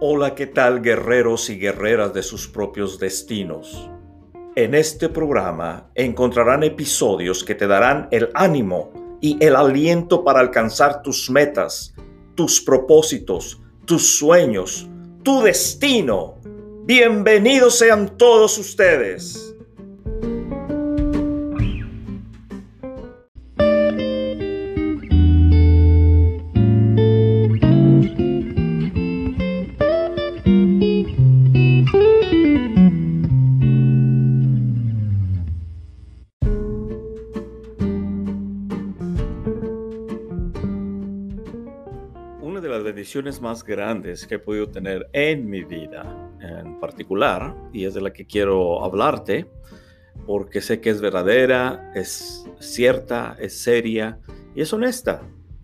Hola, ¿qué tal, guerreros y guerreras de sus propios destinos? En este programa encontrarán episodios que te darán el ánimo y el aliento para alcanzar tus metas, tus propósitos, tus sueños, tu destino. Bienvenidos sean todos ustedes. Una de las bendiciones más grandes que he podido tener en mi vida en particular, y es de la que quiero hablarte, porque sé que es verdadera, es cierta, es seria y es honesta.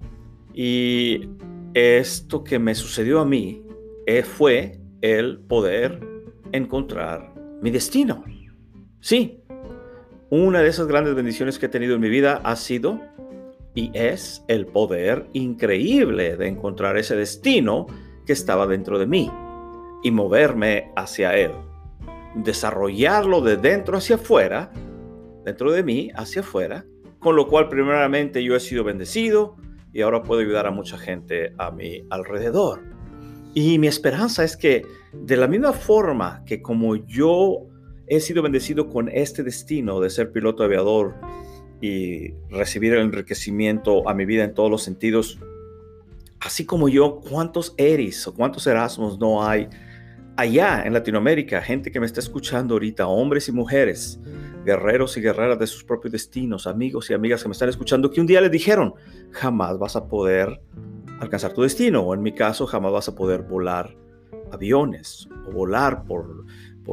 Y esto que me sucedió a mí fue el poder encontrar mi destino. Sí, una de esas grandes bendiciones que he tenido en mi vida ha sido y es el poder increíble de encontrar ese destino que estaba dentro de mí y moverme hacia él. Desarrollarlo de dentro hacia afuera, dentro de mí hacia afuera, con lo cual primeramente yo he sido bendecido y ahora puedo ayudar a mucha gente a mi alrededor. Y mi esperanza es que de la misma forma que como yo he sido bendecido con este destino de ser piloto aviador y recibir el enriquecimiento a mi vida en todos los sentidos, así como yo, ¿cuántos Eris o cuántos Erasmus no hay allá en Latinoamérica? Gente que me está escuchando ahorita, hombres y mujeres, guerreros y guerreras de sus propios destinos, amigos y amigas que me están escuchando, que un día les dijeron, jamás vas a poder alcanzar tu destino, o en mi caso, jamás vas a poder volar aviones o volar por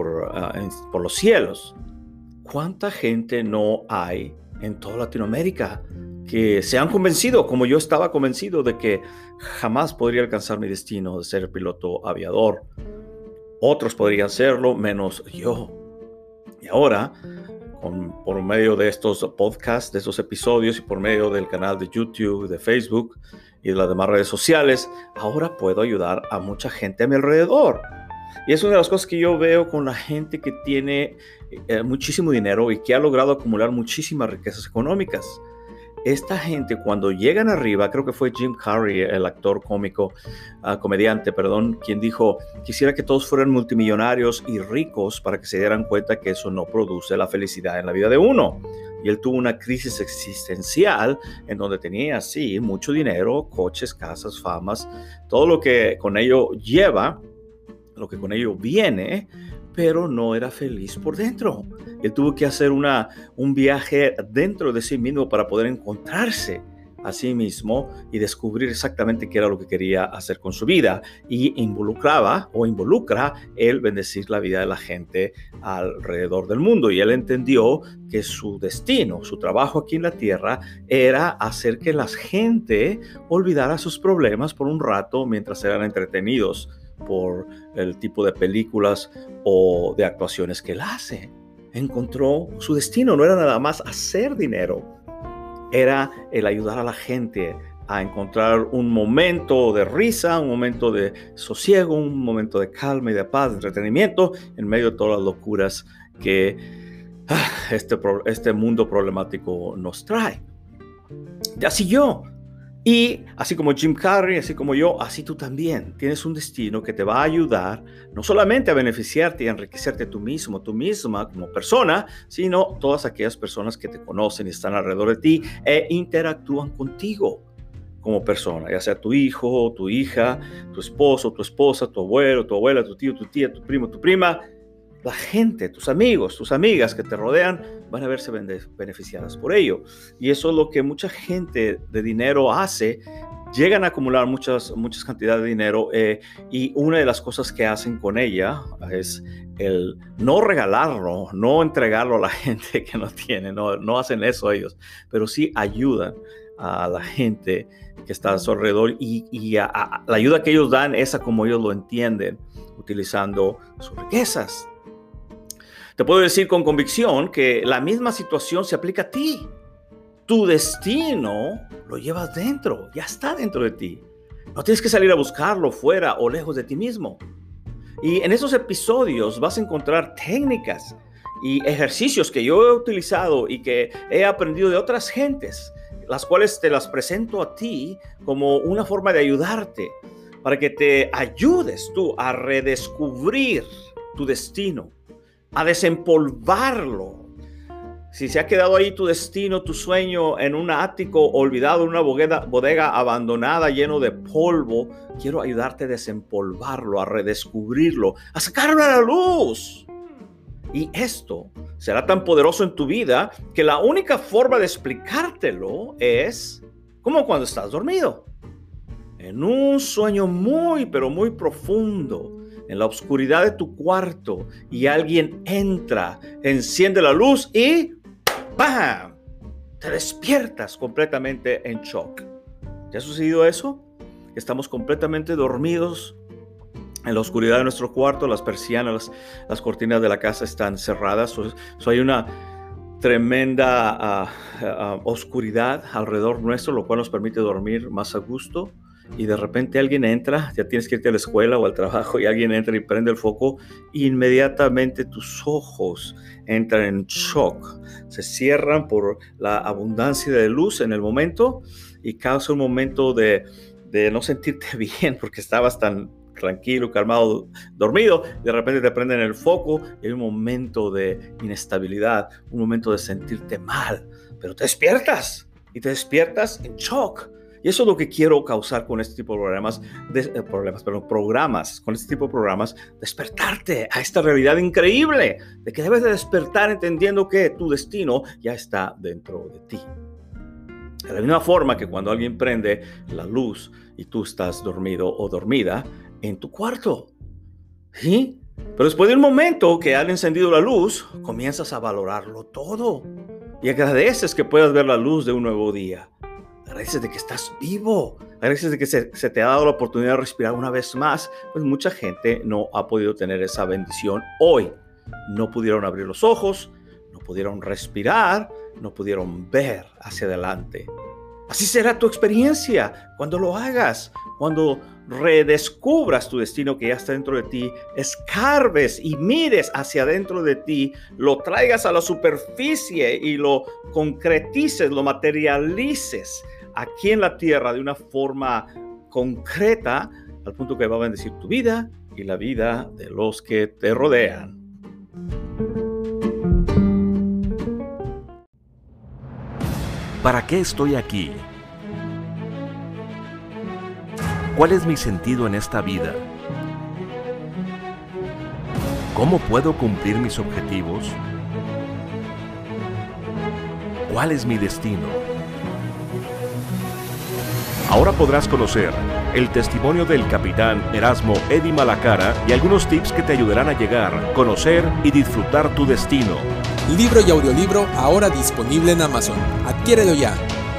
los cielos. ¿Cuánta gente no hay en toda Latinoamérica que se han convencido, como yo estaba convencido, de que jamás podría alcanzar mi destino de ser piloto aviador? Otros podrían hacerlo, menos yo. Y ahora, por medio de estos podcasts, de estos episodios y por medio del canal de YouTube, de Facebook y de las demás redes sociales, ahora puedo ayudar a mucha gente a mi alrededor. Y es una de las cosas que yo veo con la gente que tiene muchísimo dinero y que ha logrado acumular muchísimas riquezas económicas. Esta gente cuando llegan arriba, creo que fue Jim Carrey, el actor comediante, quien dijo, quisiera que todos fueran multimillonarios y ricos para que se dieran cuenta que eso no produce la felicidad en la vida de uno. Y él tuvo una crisis existencial en donde tenía, sí, mucho dinero, coches, casas, famas, todo lo que con ello lleva, lo que con ello viene, pero no era feliz por dentro. Él tuvo que hacer un viaje dentro de sí mismo para poder encontrarse a sí mismo y descubrir exactamente qué era lo que quería hacer con su vida. Y involucra el bendecir la vida de la gente alrededor del mundo. Y él entendió que su destino, su trabajo aquí en la tierra, era hacer que la gente olvidara sus problemas por un rato mientras eran entretenidos por el tipo de películas o de actuaciones que él hace. Encontró su destino, no era nada más hacer dinero, era el ayudar a la gente a encontrar un momento de risa, un momento de sosiego, un momento de calma y de paz, de entretenimiento, en medio de todas las locuras que este mundo problemático nos trae. Y así yo. Y así como Jim Carrey, así como yo, así tú también tienes un destino que te va a ayudar no solamente a beneficiarte y a enriquecerte tú mismo, tú misma como persona, sino todas aquellas personas que te conocen y están alrededor de ti e interactúan contigo como persona, ya sea tu hijo, tu hija, tu esposo, tu esposa, tu abuelo, tu abuela, tu tío, tu tía, tu primo, tu prima. La gente, tus amigos, tus amigas que te rodean van a verse beneficiadas por ello. Y eso es lo que mucha gente de dinero hace. Llegan a acumular muchas cantidades de dinero y una de las cosas que hacen con ella es el no regalarlo, no entregarlo a la gente que no tiene. No hacen eso ellos, pero sí ayudan a la gente que está a su alrededor y la ayuda que ellos dan es a como ellos lo entienden, utilizando sus riquezas. Te puedo decir con convicción que la misma situación se aplica a ti. Tu destino lo llevas dentro, ya está dentro de ti. No tienes que salir a buscarlo fuera o lejos de ti mismo. Y en esos episodios vas a encontrar técnicas y ejercicios que yo he utilizado y que he aprendido de otras gentes, las cuales te las presento a ti como una forma de ayudarte, para que te ayudes tú a redescubrir tu destino, a desempolvarlo. Si se ha quedado ahí tu destino, tu sueño en un ático olvidado, en una bodega abandonada lleno de polvo, quiero ayudarte a desempolvarlo, a redescubrirlo, a sacarlo a la luz. Y esto será tan poderoso en tu vida que la única forma de explicártelo es como cuando estás dormido, en un sueño muy, pero muy profundo, en la oscuridad de tu cuarto, y alguien entra, enciende la luz y ¡bam! Te despiertas completamente en shock. ¿Te ha sucedido eso? Estamos completamente dormidos en la oscuridad de nuestro cuarto, las persianas, las cortinas de la casa están cerradas. Hay una tremenda oscuridad alrededor nuestro, lo cual nos permite dormir más a gusto. Y de repente alguien entra, ya tienes que irte a la escuela o al trabajo, y alguien entra y prende el foco, e inmediatamente tus ojos entran en shock, se cierran por la abundancia de luz en el momento y causa un momento de no sentirte bien porque estabas tan tranquilo, calmado, dormido. De repente te prenden el foco y hay un momento de inestabilidad, un momento de sentirte mal, pero te despiertas y te despiertas en shock. Y eso es lo que quiero causar con este tipo de programas, con este tipo de programas, despertarte a esta realidad increíble de que debes de despertar entendiendo que tu destino ya está dentro de ti. De la misma forma que cuando alguien prende la luz y tú estás dormido o dormida en tu cuarto, ¿sí? Pero después de un momento que han encendido la luz, comienzas a valorarlo todo y agradeces que puedas ver la luz de un nuevo día. Agradeces de que estás vivo, agradeces de que se te ha dado la oportunidad de respirar una vez más. Pues mucha gente no ha podido tener esa bendición hoy. No pudieron abrir los ojos, no pudieron respirar, no pudieron ver hacia adelante. Así será tu experiencia cuando lo hagas, cuando redescubras tu destino que ya está dentro de ti, escarbes y mires hacia adentro de ti, lo traigas a la superficie y lo concretices, lo materialices aquí en la tierra de una forma concreta, al punto que va a bendecir tu vida y la vida de los que te rodean. ¿Para qué estoy aquí? ¿Cuál es mi sentido en esta vida? ¿Cómo puedo cumplir mis objetivos? ¿Cuál es mi destino? Ahora podrás conocer el testimonio del capitán Erasmo Eddy Malacara y algunos tips que te ayudarán a llegar, conocer y disfrutar tu destino. Libro y audiolibro ahora disponible en Amazon. Adquiérelo ya.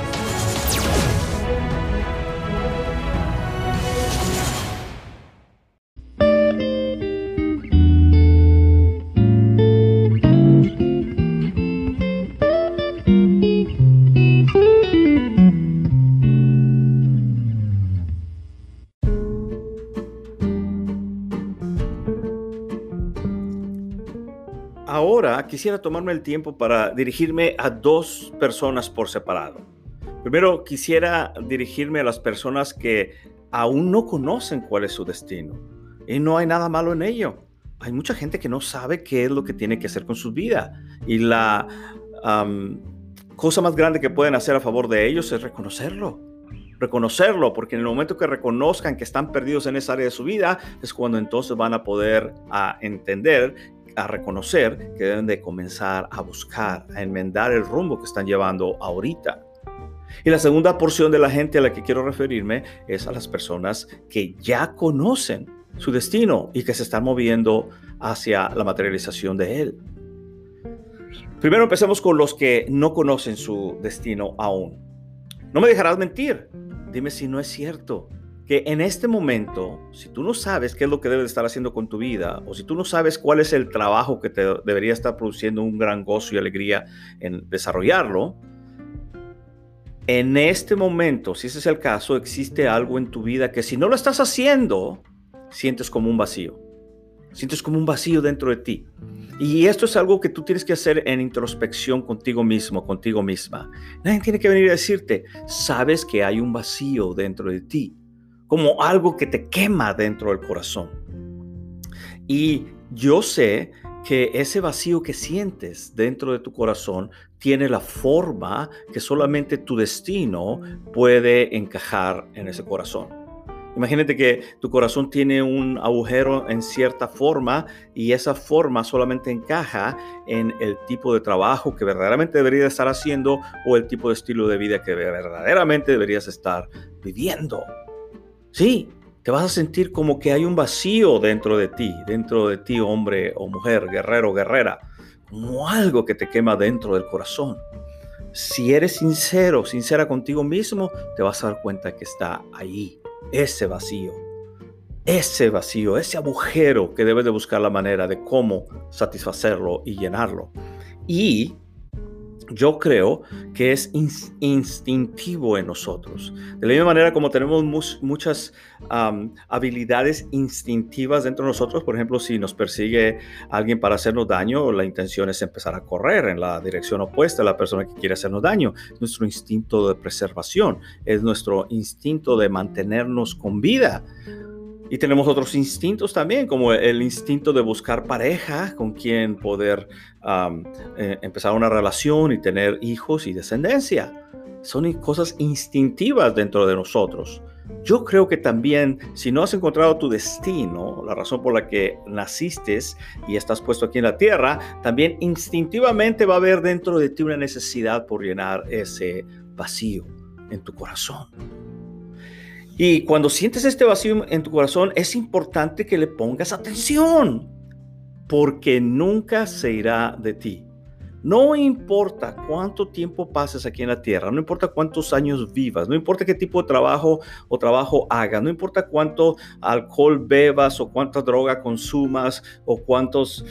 Ahora quisiera tomarme el tiempo para dirigirme a dos personas por separado. Primero, quisiera dirigirme a las personas que aún no conocen cuál es su destino. Y no hay nada malo en ello. Hay mucha gente que no sabe qué es lo que tiene que hacer con su vida. Y la cosa más grande que pueden hacer a favor de ellos es reconocerlo. Porque en el momento que reconozcan que están perdidos en esa área de su vida, es cuando entonces van a poder entender, a reconocer que deben de comenzar a buscar, a enmendar el rumbo que están llevando ahorita. Y la segunda porción de la gente a la que quiero referirme es a las personas que ya conocen su destino y que se están moviendo hacia la materialización de él. Primero empecemos con los que no conocen su destino aún. No me dejarás mentir. Dime si no es cierto que en este momento, si tú no sabes qué es lo que debes estar haciendo con tu vida, o si tú no sabes cuál es el trabajo que te debería estar produciendo un gran gozo y alegría en desarrollarlo, en este momento, si ese es el caso, existe algo en tu vida que si no lo estás haciendo, sientes como un vacío. Sientes como un vacío dentro de ti. Y esto es algo que tú tienes que hacer en introspección contigo mismo, contigo misma. Nadie tiene que venir a decirte, sabes que hay un vacío dentro de ti, como algo que te quema dentro del corazón. Y yo sé que ese vacío que sientes dentro de tu corazón tiene la forma que solamente tu destino puede encajar en ese corazón. Imagínate que tu corazón tiene un agujero en cierta forma y esa forma solamente encaja en el tipo de trabajo que verdaderamente deberías estar haciendo o el tipo de estilo de vida que verdaderamente deberías estar viviendo. Sí, te vas a sentir como que hay un vacío dentro de ti, hombre o mujer, guerrero o guerrera, como algo que te quema dentro del corazón. Si eres sincera contigo mismo, te vas a dar cuenta que está ahí. Ese vacío, ese agujero que debes de buscar la manera de cómo satisfacerlo y llenarlo. Y yo creo que es instintivo en nosotros. De la misma manera como tenemos muchas habilidades instintivas dentro de nosotros, por ejemplo, si nos persigue alguien para hacernos daño, la intención es empezar a correr en la dirección opuesta a la persona que quiere hacernos daño. Es nuestro instinto de preservación, es nuestro instinto de mantenernos con vida. Y tenemos otros instintos también, como el instinto de buscar pareja con quien poder empezar una relación y tener hijos y descendencia. Son cosas instintivas dentro de nosotros. Yo creo que también, si no has encontrado tu destino, la razón por la que naciste y estás puesto aquí en la tierra, también instintivamente va a haber dentro de ti una necesidad por llenar ese vacío en tu corazón. Y cuando sientes este vacío en tu corazón, es importante que le pongas atención, porque nunca se irá de ti. No importa cuánto tiempo pases aquí en la tierra, no importa cuántos años vivas, no importa qué tipo de trabajo hagas, no importa cuánto alcohol bebas o cuánta droga consumas o cuántos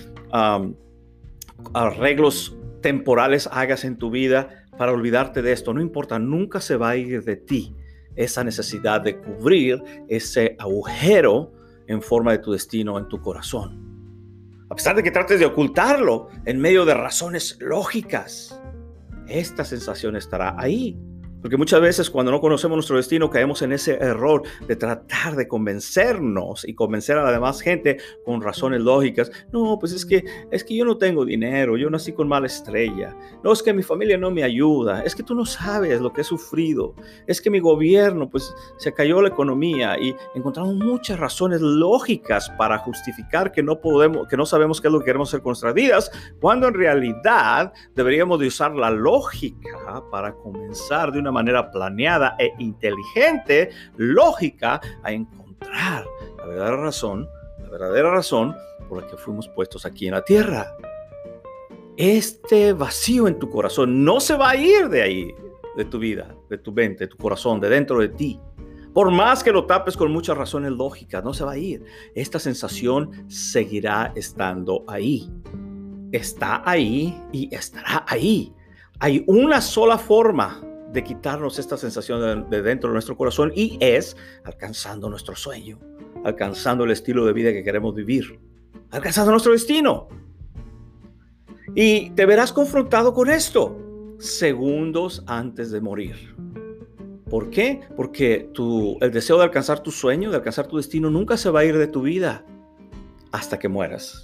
arreglos temporales hagas en tu vida para olvidarte de esto, no importa, nunca se va a ir de ti esa necesidad de cubrir ese agujero en forma de tu destino en tu corazón. A pesar de que trates de ocultarlo en medio de razones lógicas, esta sensación estará ahí. Porque muchas veces cuando no conocemos nuestro destino caemos en ese error de tratar de convencernos y convencer a la demás gente con razones lógicas. No, pues es que yo no tengo dinero, yo nací con mala estrella. No, es que mi familia no me ayuda. Es que tú no sabes lo que he sufrido. Es que mi gobierno, pues se cayó la economía y encontramos muchas razones lógicas para justificar que no sabemos qué es lo que queremos hacer con nuestras vidas, cuando en realidad deberíamos de usar la lógica para comenzar de una manera planeada e inteligente, lógica, a encontrar la verdadera razón por la que fuimos puestos aquí en la tierra. Este vacío en tu corazón no se va a ir de ahí, de tu vida, de tu mente, de tu corazón, de dentro de ti. Por más que lo tapes con muchas razones lógicas, no se va a ir. Esta sensación seguirá estando ahí. Está ahí y estará ahí. Hay una sola forma de quitarnos esta sensación de dentro de nuestro corazón y es alcanzando nuestro sueño, alcanzando el estilo de vida que queremos vivir, alcanzando nuestro destino. Y te verás confrontado con esto segundos antes de morir. ¿Por qué? Porque el deseo de alcanzar tu sueño, de alcanzar tu destino, nunca se va a ir de tu vida hasta que mueras.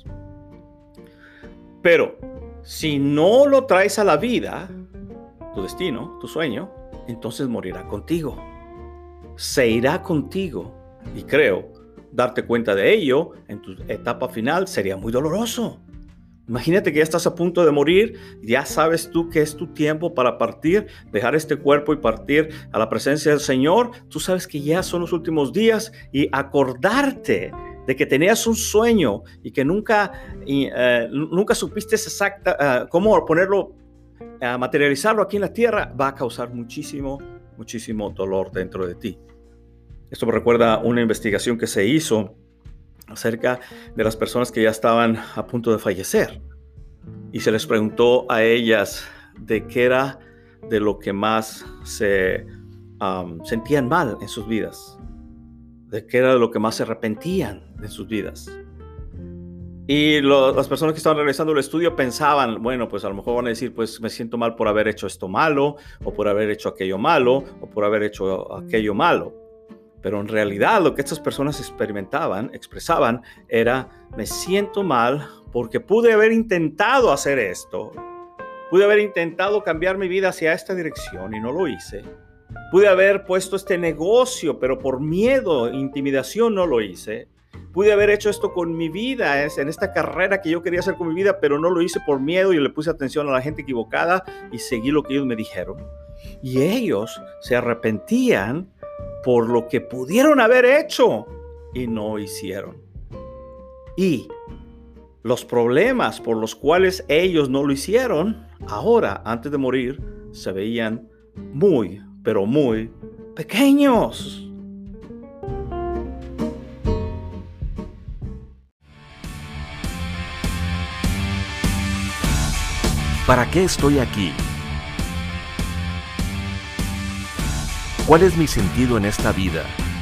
Pero si no lo traes a la vida, tu destino, tu sueño, entonces morirá contigo. Se irá contigo. Y creo, darte cuenta de ello en tu etapa final sería muy doloroso. Imagínate que ya estás a punto de morir, ya sabes tú que es tu tiempo para partir, dejar este cuerpo y partir a la presencia del Señor. Tú sabes que ya son los últimos días y acordarte de que tenías un sueño y que nunca supiste cómo ponerlo, materializarlo aquí en la tierra, va a causar muchísimo dolor dentro de ti. Esto me recuerda una investigación que se hizo acerca de las personas que ya estaban a punto de fallecer y se les preguntó a ellas de qué era de lo que más se sentían mal en sus vidas, de qué era de lo que más se arrepentían en sus vidas. Y las personas que estaban realizando el estudio pensaban, bueno, pues a lo mejor van a decir, pues me siento mal por haber hecho esto malo, o por haber hecho aquello malo, o por haber hecho aquello malo. Pero en realidad lo que estas personas expresaban era, me siento mal porque pude haber intentado hacer esto. Pude haber intentado cambiar mi vida hacia esta dirección y no lo hice. Pude haber puesto este negocio, pero por miedo e intimidación no lo hice. Pude haber hecho esto con mi vida, en esta carrera que yo quería hacer con mi vida, pero no lo hice por miedo y le puse atención a la gente equivocada y seguí lo que ellos me dijeron. Y ellos se arrepentían por lo que pudieron haber hecho y no hicieron. Y los problemas por los cuales ellos no lo hicieron, ahora, antes de morir, se veían muy, pero muy pequeños. ¿Para qué estoy aquí? ¿Cuál es mi sentido en esta vida?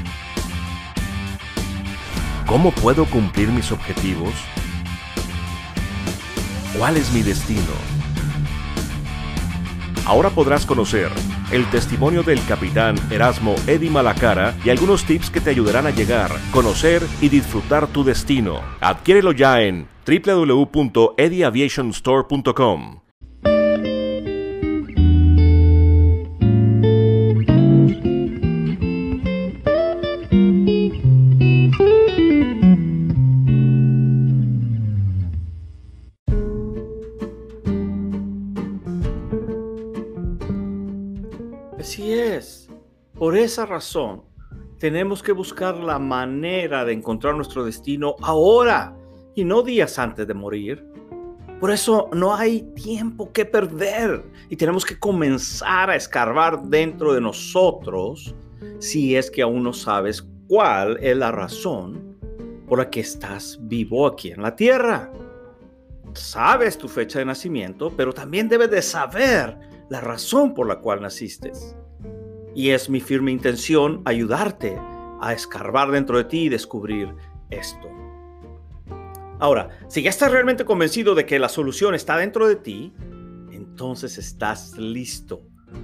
¿Cómo puedo cumplir mis objetivos? ¿Cuál es mi destino? Ahora podrás conocer el testimonio del capitán Erasmo Eddy Malacara y algunos tips que te ayudarán a llegar, conocer y disfrutar tu destino. Adquiérelo ya en www.eddyaviationstore.com. Así es. Por esa razón, tenemos que buscar la manera de encontrar nuestro destino ahora y no días antes de morir. Por eso no hay tiempo que perder y tenemos que comenzar a escarbar dentro de nosotros si es que aún no sabes cuál es la razón por la que estás vivo aquí en la tierra. Sabes tu fecha de nacimiento, pero también debes de saber la razón por la cual naciste. Y es mi firme intención ayudarte a escarbar dentro de ti y descubrir esto. Ahora, si ya estás realmente convencido de que la solución está dentro de ti, entonces estás listo.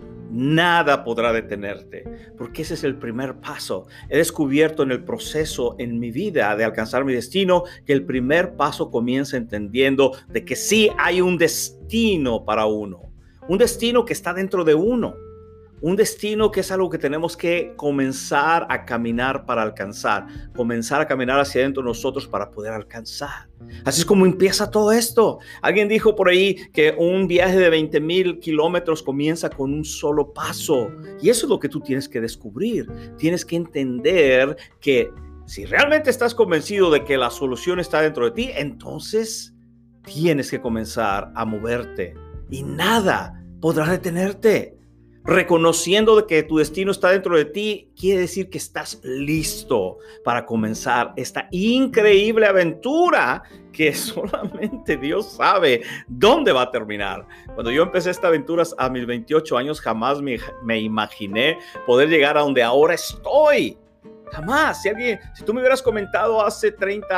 Nada podrá detenerte, porque ese es el primer paso. He descubierto en el proceso en mi vida de alcanzar mi destino que el primer paso comienza entendiendo de que sí hay un destino para uno. Un destino que está dentro de uno. Un destino que es algo que tenemos que comenzar a caminar para alcanzar. Comenzar a caminar hacia adentro de nosotros para poder alcanzar. Así es como empieza todo esto. Alguien dijo por ahí que un viaje de 20,000 kilómetros comienza con un solo paso. Y eso es lo que tú tienes que descubrir. Tienes que entender que si realmente estás convencido de que la solución está dentro de ti, entonces tienes que comenzar a moverte. Y nada podrá detenerte. Reconociendo de que tu destino está dentro de ti, quiere decir que estás listo para comenzar esta increíble aventura que solamente Dios sabe dónde va a terminar. Cuando yo empecé esta aventura a mis 28 años, jamás me imaginé poder llegar a donde ahora estoy. Jamás. Si tú me hubieras comentado hace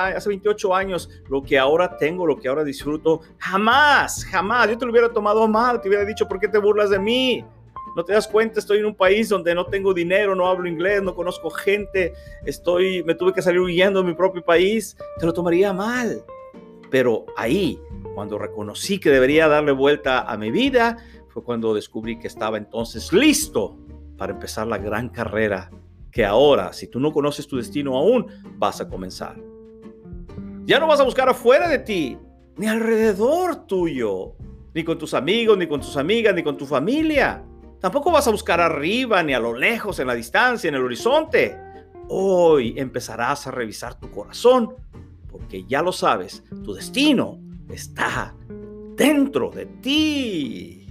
28 años lo que ahora tengo, lo que ahora disfruto, jamás. Yo te lo hubiera tomado mal, te hubiera dicho, ¿por qué te burlas de mí? ¿No te das cuenta? Estoy en un país donde no tengo dinero, no hablo inglés, no conozco gente, me tuve que salir huyendo de mi propio país. Te lo tomaría mal. Pero ahí, cuando reconocí que debería darle vuelta a mi vida, fue cuando descubrí que estaba entonces listo para empezar la gran carrera que ahora, si tú no conoces tu destino aún, vas a comenzar. Ya no vas a buscar afuera de ti, ni alrededor tuyo, ni con tus amigos, ni con tus amigas, ni con tu familia. Tampoco vas a buscar arriba, ni a lo lejos, en la distancia, en el horizonte. Hoy empezarás a revisar tu corazón, porque ya lo sabes, tu destino está dentro de ti.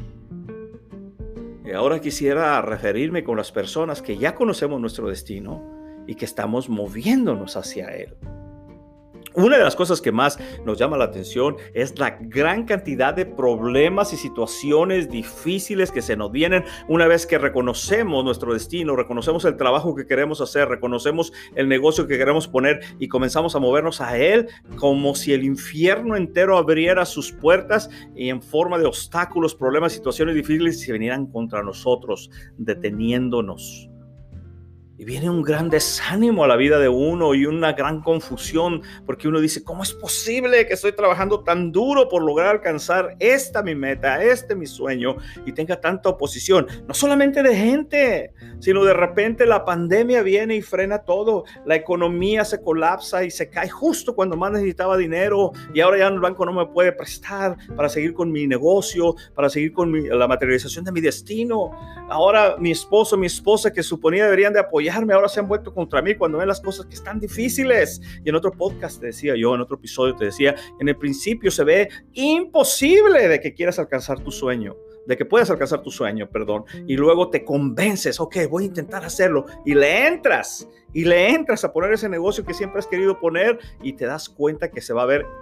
Y ahora quisiera referirme con las personas que ya conocemos nuestro destino y que estamos moviéndonos hacia él. Una de las cosas que más nos llama la atención es la gran cantidad de problemas y situaciones difíciles que se nos vienen una vez que reconocemos nuestro destino, reconocemos el trabajo que queremos hacer, reconocemos el negocio que queremos poner y comenzamos a movernos a él, como si el infierno entero abriera sus puertas y en forma de obstáculos, problemas, situaciones difíciles se vinieran contra nosotros, deteniéndonos. Y viene un gran desánimo a la vida de uno y una gran confusión, porque uno dice, ¿cómo es posible que estoy trabajando tan duro por lograr alcanzar mi meta, mi sueño, y tenga tanta oposición? No solamente de gente, sino de repente la pandemia viene y frena todo. La economía se colapsa y se cae justo cuando más necesitaba dinero, y ahora ya el banco no me puede prestar para seguir con mi negocio, para seguir con la materialización de mi destino. Ahora mi esposo, mi esposa, que suponía deberían de apoyarme, ahora se han vuelto contra mí cuando ven las cosas que están difíciles. Y en otro podcast te decía yo, en otro episodio te decía, en el principio se ve imposible de que quieras alcanzar tu sueño, de que puedas alcanzar tu sueño, perdón, y luego te convences, ok, voy a intentar hacerlo, y le entras a poner ese negocio que siempre has querido poner, y te das cuenta que se va a ver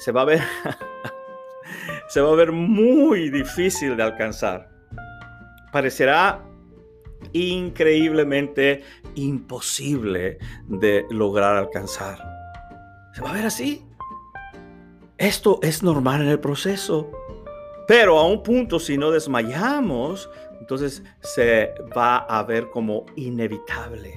se va a ver muy difícil de alcanzar. Parecerá increíblemente imposible de lograr alcanzar. Se va a ver así. Esto es normal en el proceso, pero a un punto, si no desmayamos, entonces se va a ver como inevitable.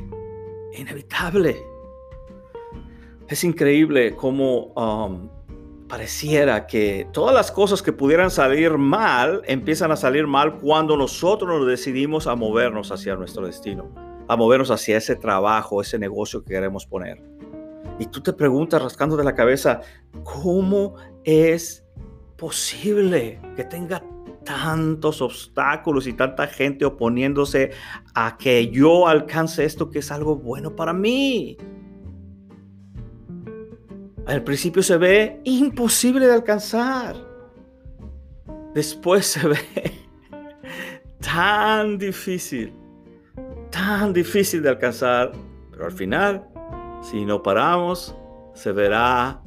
Es increíble cómo pareciera que todas las cosas que pudieran salir mal empiezan a salir mal cuando nosotros nos decidimos a movernos hacia nuestro destino, a movernos hacia ese trabajo, ese negocio que queremos poner. Y tú te preguntas, rascándote la cabeza, ¿cómo es posible que tenga tantos obstáculos y tanta gente oponiéndose a que yo alcance esto que es algo bueno para mí? Al principio se ve imposible de alcanzar. Después se ve tan difícil de alcanzar. Pero al final, si no paramos, se verá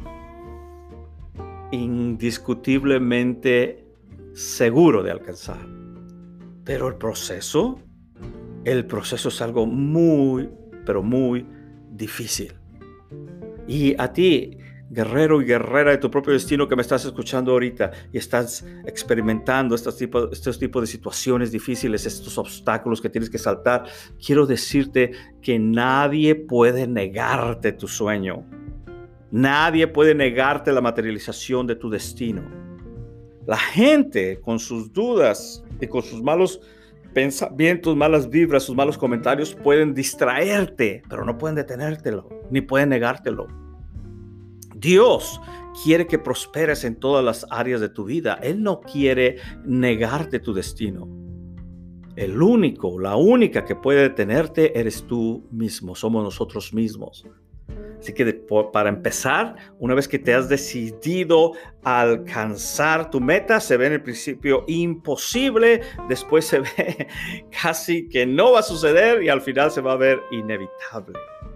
indiscutiblemente seguro de alcanzar. Pero el proceso es algo muy, pero muy difícil. Y a ti, guerrero y guerrera de tu propio destino que me estás escuchando ahorita y estás experimentando estos tipos de situaciones difíciles, estos obstáculos que tienes que saltar, quiero decirte que nadie puede negarte tu sueño. Nadie puede negarte la materialización de tu destino. La gente, con sus dudas y con sus malos pensamientos, malas vibras, sus malos comentarios, pueden distraerte, pero no pueden detenértelo, ni pueden negártelo. Dios quiere que prosperes en todas las áreas de tu vida. Él no quiere negarte tu destino. La única que puede detenerte eres tú mismo, somos nosotros mismos. Así que para empezar, una vez que te has decidido a alcanzar tu meta, se ve en el principio imposible, después se ve casi que no va a suceder y al final se va a ver inevitable.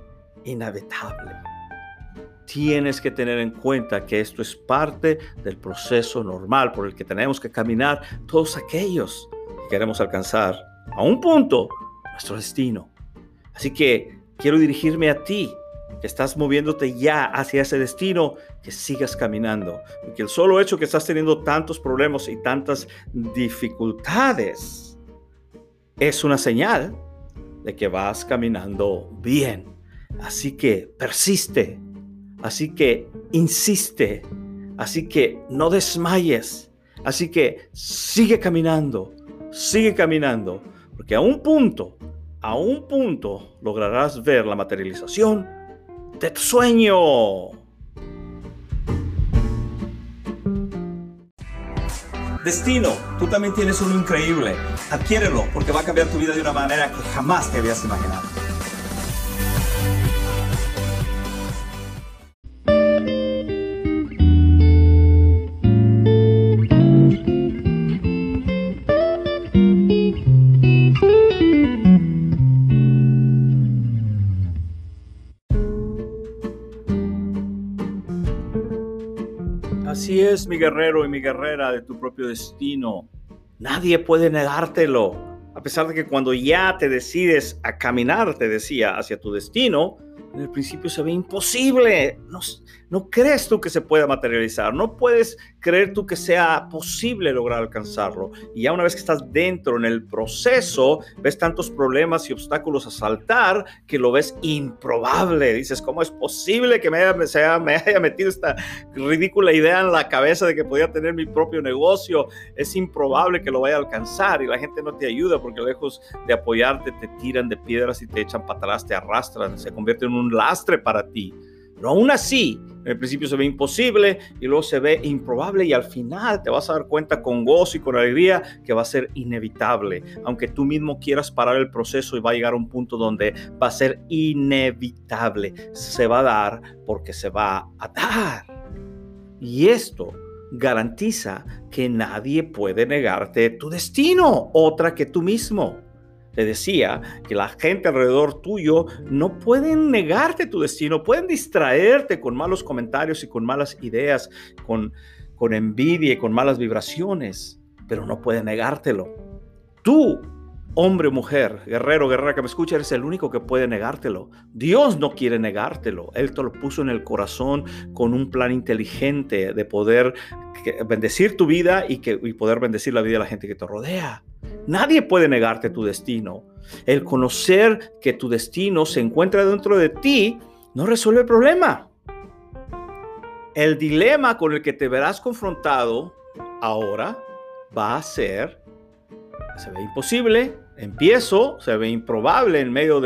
Tienes que tener en cuenta que esto es parte del proceso normal por el que tenemos que caminar todos aquellos que queremos alcanzar a un punto nuestro destino. Así que quiero dirigirme a ti, que estás moviéndote ya hacia ese destino, que sigas caminando. Porque el solo hecho que estás teniendo tantos problemas y tantas dificultades es una señal de que vas caminando bien. Así que persiste, así que insiste, así que no desmayes, así que sigue caminando, porque a un punto lograrás ver la materialización de tu sueño. Destino, tú también tienes uno increíble. Adquiérelo porque va a cambiar tu vida de una manera que jamás te habías imaginado. Así es, mi guerrero y mi guerrera de tu propio destino. Nadie puede negártelo. A pesar de que cuando ya te decides a caminar, te decía, hacia tu destino, en el principio se ve imposible. No crees tú que se pueda materializar. No puedes creer tú que sea posible lograr alcanzarlo. Y ya una vez que estás dentro en el proceso, ves tantos problemas y obstáculos a saltar que lo ves improbable. Dices, ¿cómo es posible que me haya metido esta ridícula idea en la cabeza de que podía tener mi propio negocio? Es improbable que lo vaya a alcanzar, y la gente no te ayuda porque lejos de apoyarte te tiran de piedras y te echan para atrás, te arrastran, se convierten en un lastre para ti. Pero aún así, en el principio se ve imposible y luego se ve improbable, y al final te vas a dar cuenta con gozo y con alegría que va a ser inevitable. Aunque tú mismo quieras parar el proceso, y va a llegar a un punto donde va a ser inevitable. Se va a dar porque se va a dar. Y esto garantiza que nadie puede negarte tu destino, otra que tú mismo. Te decía que la gente alrededor tuyo no pueden negarte tu destino, pueden distraerte con malos comentarios y con malas ideas, con envidia y con malas vibraciones, pero no pueden negártelo. Tú, hombre o mujer, guerrero o guerrera que me escucha, eres el único que puede negártelo. Dios no quiere negártelo. Él te lo puso en el corazón con un plan inteligente de poder bendecir tu vida y poder bendecir la vida de la gente que te rodea. Nadie puede negarte tu destino. El conocer que tu destino se encuentra dentro de ti no resuelve el problema. El dilema con el que te verás confrontado ahora va a ser: se ve imposible, empiezo, se ve improbable en medio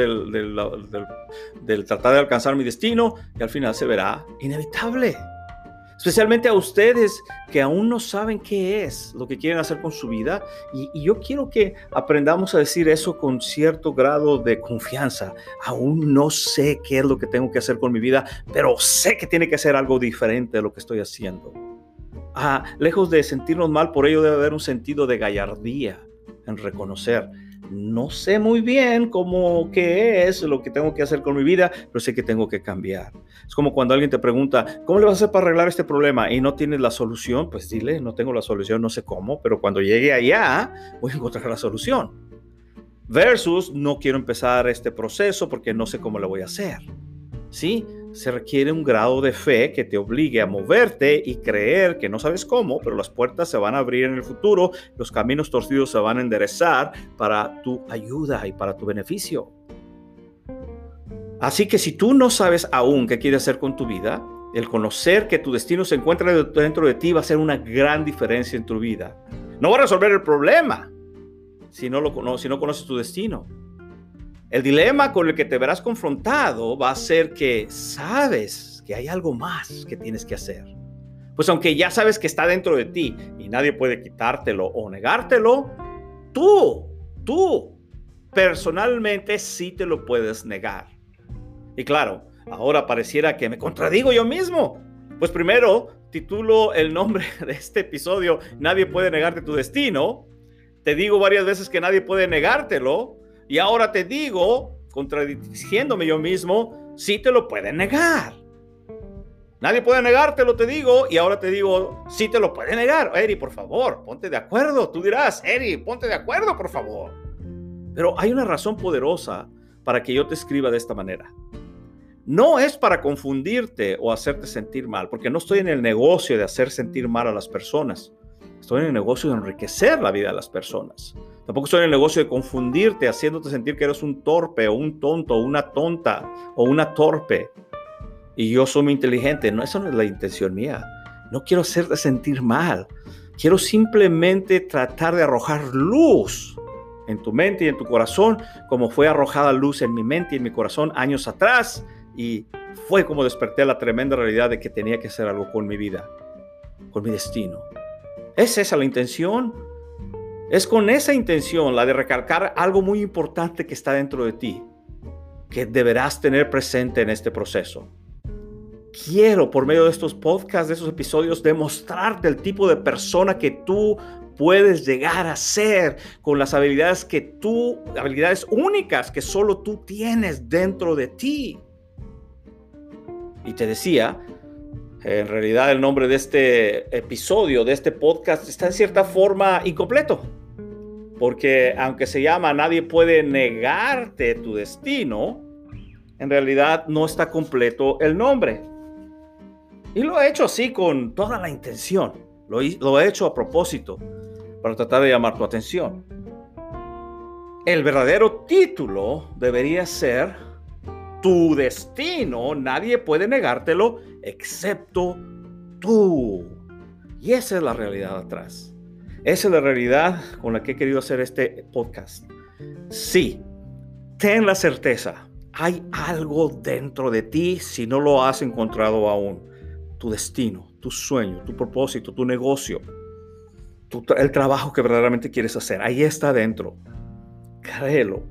del tratar de alcanzar mi destino, y al final se verá inevitable. Especialmente a ustedes que aún no saben qué es lo que quieren hacer con su vida. Y yo quiero que aprendamos a decir eso con cierto grado de confianza. Aún no sé qué es lo que tengo que hacer con mi vida, pero sé que tiene que ser algo diferente de lo que estoy haciendo. Lejos de sentirnos mal por ello, debe haber un sentido de gallardía en reconocer: no sé muy bien qué es lo que tengo que hacer con mi vida, pero sé que tengo que cambiar. Es como cuando alguien te pregunta: ¿cómo le vas a hacer para arreglar este problema? Y no tienes la solución. Pues dile: no tengo la solución, no sé cómo, pero cuando llegue allá voy a encontrar la solución. Versus: no quiero empezar este proceso porque no sé cómo lo voy a hacer. ¿Sí? Se requiere un grado de fe que te obligue a moverte y creer que no sabes cómo, pero las puertas se van a abrir en el futuro, los caminos torcidos se van a enderezar para tu ayuda y para tu beneficio. Así que si tú no sabes aún qué quieres hacer con tu vida, el conocer que tu destino se encuentra dentro de ti va a hacer una gran diferencia en tu vida. No va a resolver el problema si no conoces tu destino. El dilema con el que te verás confrontado va a ser que sabes que hay algo más que tienes que hacer. Pues aunque ya sabes que está dentro de ti y nadie puede quitártelo o negártelo, tú personalmente sí te lo puedes negar. Y claro, ahora pareciera que me contradigo yo mismo. Pues primero titulo el nombre de este episodio: Nadie puede negarte tu destino. Te digo varias veces que nadie puede negártelo. Y ahora te digo, contradiciéndome yo mismo, sí te lo pueden negar. Nadie puede negártelo, te digo, y ahora te digo, sí te lo puede negar. Eri, por favor, ponte de acuerdo. Tú dirás: Eri, ponte de acuerdo, por favor. Pero hay una razón poderosa para que yo te escriba de esta manera. No es para confundirte o hacerte sentir mal, porque no estoy en el negocio de hacer sentir mal a las personas. Estoy en el negocio de enriquecer la vida de las personas. Tampoco estoy en el negocio de confundirte, haciéndote sentir que eres un torpe o un tonto o una tonta o una torpe. Y yo soy muy inteligente. No, esa no es la intención mía. No quiero hacerte sentir mal. Quiero simplemente tratar de arrojar luz en tu mente y en tu corazón, como fue arrojada luz en mi mente y en mi corazón años atrás. Y fue como desperté la tremenda realidad de que tenía que hacer algo con mi vida, con mi destino. ¿Es esa la intención? Es con esa intención, la de recalcar algo muy importante que está dentro de ti, que deberás tener presente en este proceso. Quiero, por medio de estos podcasts, de estos episodios, demostrarte el tipo de persona que tú puedes llegar a ser, con las habilidades habilidades únicas que solo tú tienes dentro de ti. Y te decía, En realidad el nombre de este episodio, de este podcast, está en cierta forma incompleto. Porque aunque se llama Nadie puede negarte tu destino, en realidad no está completo el nombre. Y lo he hecho así con toda la intención. Lo he hecho a propósito para tratar de llamar tu atención. El verdadero título debería ser Tu destino, nadie puede negártelo excepto tú. Y esa es la realidad atrás. Esa es la realidad con la que he querido hacer este podcast. Sí, ten la certeza, hay algo dentro de ti si no lo has encontrado aún. Tu destino, tu sueño, tu propósito, tu negocio, el trabajo que verdaderamente quieres hacer. Ahí está dentro. Créelo.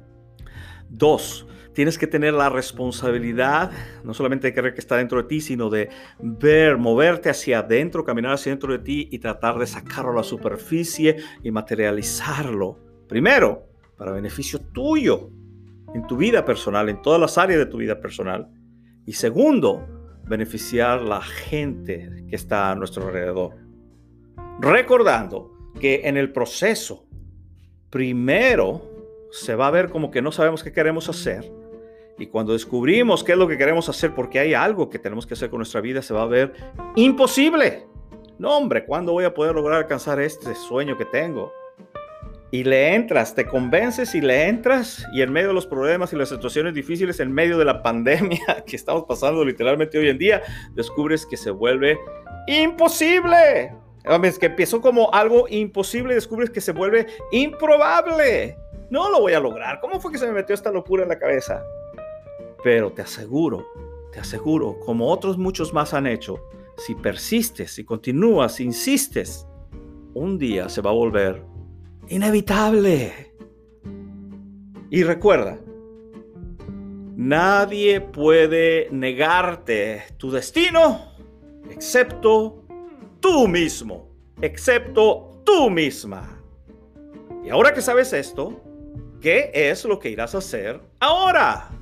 2, tienes que tener la responsabilidad, no solamente de creer que está dentro de ti, sino de moverte hacia adentro, caminar hacia dentro de ti y tratar de sacarlo a la superficie y materializarlo. Primero, para beneficio tuyo, en tu vida personal, en todas las áreas de tu vida personal. Y segundo, beneficiar a la gente que está a nuestro alrededor. Recordando que en el proceso, primero se va a ver como que no sabemos qué queremos hacer. Y cuando descubrimos qué es lo que queremos hacer, porque hay algo que tenemos que hacer con nuestra vida, se va a ver imposible. No, hombre, ¿cuándo voy a poder lograr alcanzar este sueño que tengo? Y le entras, te convences y le entras, y en medio de los problemas y las situaciones difíciles, en medio de la pandemia que estamos pasando literalmente hoy en día, descubres que se vuelve imposible. Es que empezó como algo imposible, descubres que se vuelve improbable. No lo voy a lograr. ¿Cómo fue que se me metió esta locura en la cabeza? Pero te aseguro, como otros muchos más han hecho, si persistes, si continúas, si insistes, un día se va a volver inevitable. Y recuerda, nadie puede negarte tu destino excepto tú mismo, excepto tú misma. Y ahora que sabes esto, ¿qué es lo que irás a hacer ahora?